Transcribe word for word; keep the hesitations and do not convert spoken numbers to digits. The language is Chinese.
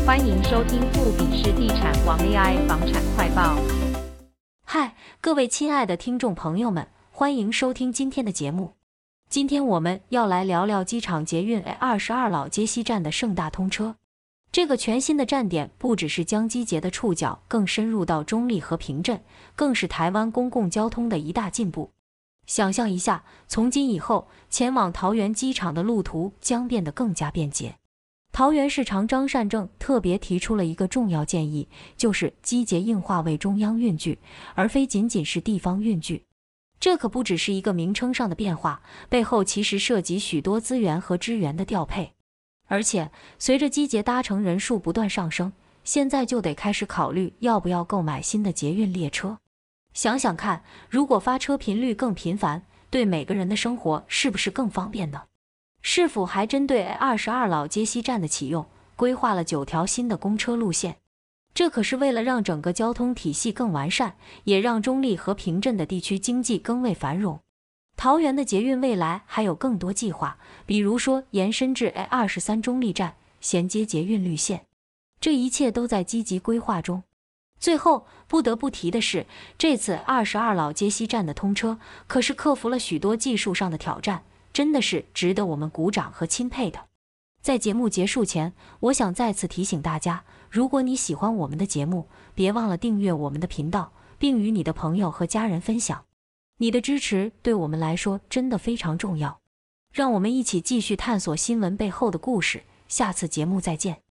欢迎收听富比士地产王 A I 房产快报。 嗨，各位亲爱的听众朋友们，欢迎收听今天的节目。今天我们要来聊聊机场捷运 A 二十二老街西站的盛大通车。这个全新的站点不只是将机捷的触角更深入到中立和平镇，更是台湾公共交通的一大进步。想象一下，从今以后，前往桃园机场的路途将变得更加便捷。桃园市长张善政特别提出了一个重要建议，就是机捷硬化为中央运具，而非仅仅是地方运具。这可不只是一个名称上的变化，背后其实涉及许多资源和支援的调配。而且，随着机捷搭乘人数不断上升，现在就得开始考虑要不要购买新的捷运列车。想想看，如果发车频率更频繁，对每个人的生活是不是更方便呢？市府还针对 A 二十二老街西站的启用，规划了九条新的公车路线。这可是为了让整个交通体系更完善，也让中立和平镇的地区经济更为繁荣。桃园的捷运未来还有更多计划，比如说延伸至 A 二十三中立站，衔接捷运绿线。这一切都在积极规划中。最后不得不提的是，这次二十二老街西站的通车可是克服了许多技术上的挑战，真的是值得我们鼓掌和钦佩的。在节目结束前，我想再次提醒大家，如果你喜欢我们的节目，别忘了订阅我们的频道，并与你的朋友和家人分享。你的支持对我们来说真的非常重要。让我们一起继续探索新闻背后的故事，下次节目再见。